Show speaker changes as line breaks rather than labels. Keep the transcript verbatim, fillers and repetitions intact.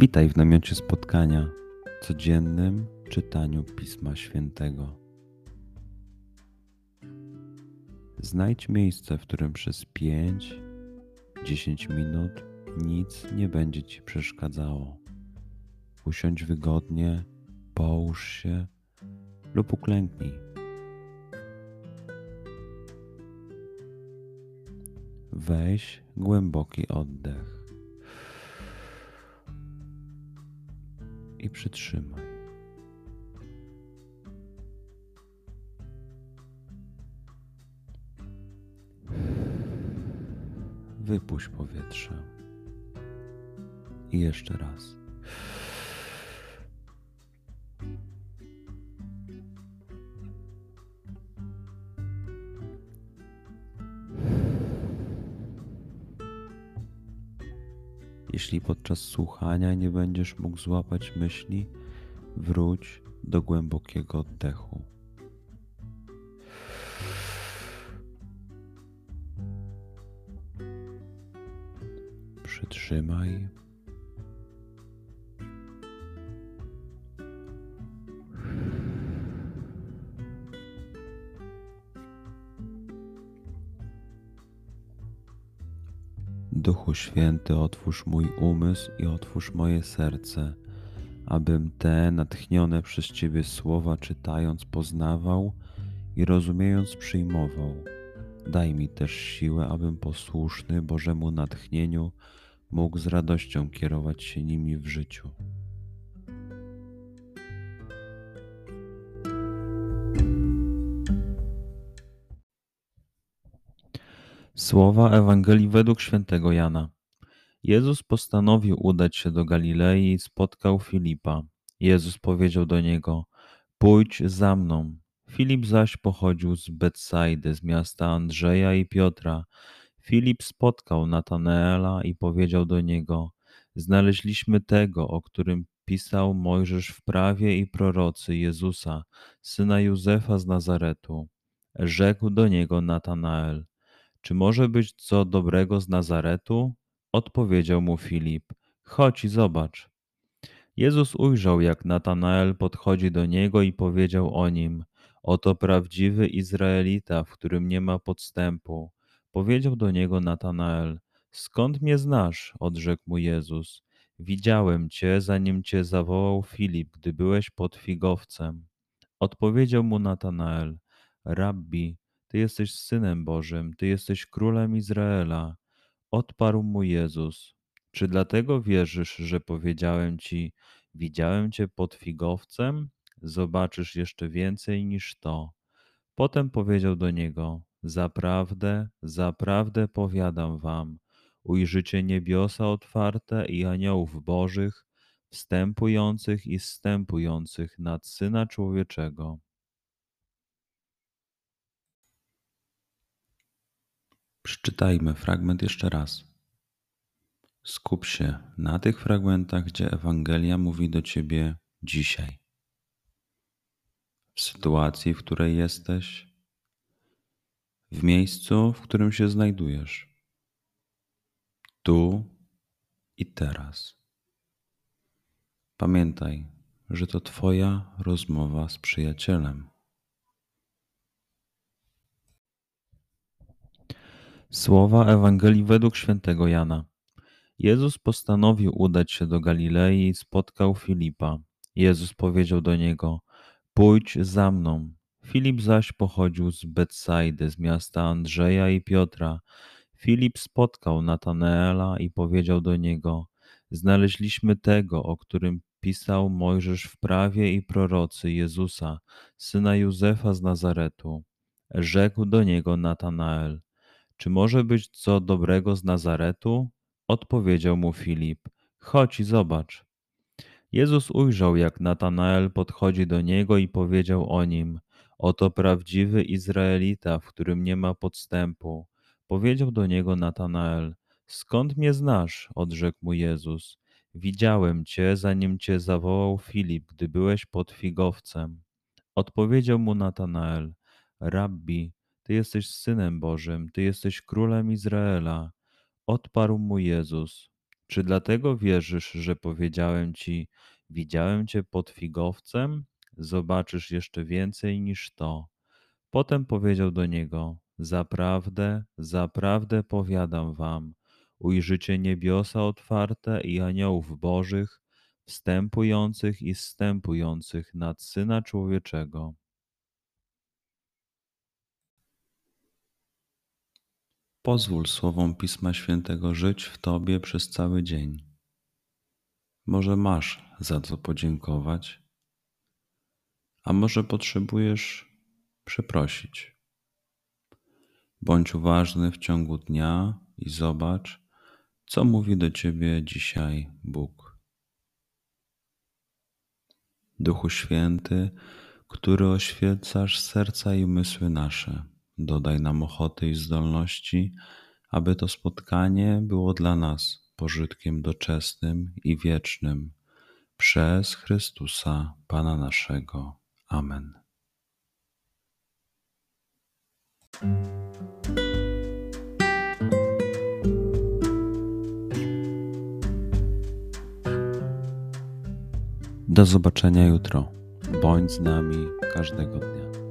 Witaj w namiocie spotkania, codziennym czytaniu Pisma Świętego. Znajdź miejsce, w którym przez pięć do dziesięciu minut nic nie będzie Ci przeszkadzało. Usiądź wygodnie, połóż się lub uklęknij. Weź głęboki oddech i przytrzymaj. Wypuść powietrze. I jeszcze raz. Jeśli podczas słuchania nie będziesz mógł złapać myśli, wróć do głębokiego oddechu. Przytrzymaj. Duchu Święty, otwórz mój umysł i otwórz moje serce, abym te natchnione przez Ciebie słowa czytając poznawał i rozumiejąc przyjmował. Daj mi też siłę, abym posłuszny Bożemu natchnieniu mógł z radością kierować się nimi w życiu. Słowa Ewangelii według świętego Jana. Jezus postanowił udać się do Galilei i spotkał Filipa. Jezus powiedział do niego: pójdź za mną. Filip zaś pochodził z Betsajdy, z miasta Andrzeja i Piotra. Filip spotkał Natanaela i powiedział do niego: znaleźliśmy tego, o którym pisał Mojżesz w prawie i prorocy, Jezusa, syna Józefa z Nazaretu. Rzekł do niego Natanael: czy może być co dobrego z Nazaretu? Odpowiedział mu Filip: chodź i zobacz. Jezus ujrzał, jak Natanael podchodzi do niego i powiedział o nim: oto prawdziwy Izraelita, w którym nie ma podstępu. Powiedział do niego Natanael: skąd mnie znasz? Odrzekł mu Jezus: widziałem cię, zanim cię zawołał Filip, gdy byłeś pod figowcem. Odpowiedział mu Natanael: Rabbi, Ty jesteś Synem Bożym, Ty jesteś Królem Izraela. Odparł mu Jezus: czy dlatego wierzysz, że powiedziałem Ci, widziałem Cię pod figowcem? Zobaczysz jeszcze więcej niż to. Potem powiedział do niego: zaprawdę, zaprawdę powiadam wam, ujrzycie niebiosa otwarte i aniołów bożych, wstępujących i zstępujących nad Syna Człowieczego. Przeczytajmy fragment jeszcze raz. Skup się na tych fragmentach, gdzie Ewangelia mówi do Ciebie dzisiaj. W sytuacji, w której jesteś, w miejscu, w którym się znajdujesz. Tu i teraz. Pamiętaj, że to Twoja rozmowa z przyjacielem. Słowa Ewangelii według świętego Jana. Jezus postanowił udać się do Galilei i spotkał Filipa. Jezus powiedział do niego: pójdź za mną. Filip zaś pochodził z Betsajdy, z miasta Andrzeja i Piotra. Filip spotkał Natanaela i powiedział do niego: znaleźliśmy tego, o którym pisał Mojżesz w prawie i prorocy, Jezusa, syna Józefa z Nazaretu. Rzekł do niego Natanael: czy może być co dobrego z Nazaretu? Odpowiedział mu Filip: chodź i zobacz. Jezus ujrzał, jak Natanael podchodzi do niego i powiedział o nim: oto prawdziwy Izraelita, w którym nie ma podstępu. Powiedział do niego Natanael: skąd mnie znasz? Odrzekł mu Jezus: widziałem cię, zanim cię zawołał Filip, gdy byłeś pod figowcem. Odpowiedział mu Natanael: Rabbi, Ty jesteś Synem Bożym, Ty jesteś Królem Izraela. Odparł mu Jezus: Czy dlatego wierzysz, że powiedziałem ci, widziałem cię pod figowcem? Zobaczysz jeszcze więcej niż to. Potem powiedział do niego: Zaprawdę, zaprawdę powiadam wam, ujrzycie niebiosa otwarte i aniołów bożych, wstępujących i zstępujących nad Syna Człowieczego. Pozwól słowom Pisma Świętego żyć w Tobie przez cały dzień. Może masz za co podziękować, a może potrzebujesz przeprosić. Bądź uważny w ciągu dnia i zobacz, co mówi do Ciebie dzisiaj Bóg. Duchu Święty, który oświecasz serca i umysły nasze, dodaj nam ochoty i zdolności, aby to spotkanie było dla nas pożytkiem doczesnym i wiecznym. Przez Chrystusa, Pana naszego. Amen. Do zobaczenia jutro. Bądź z nami każdego dnia.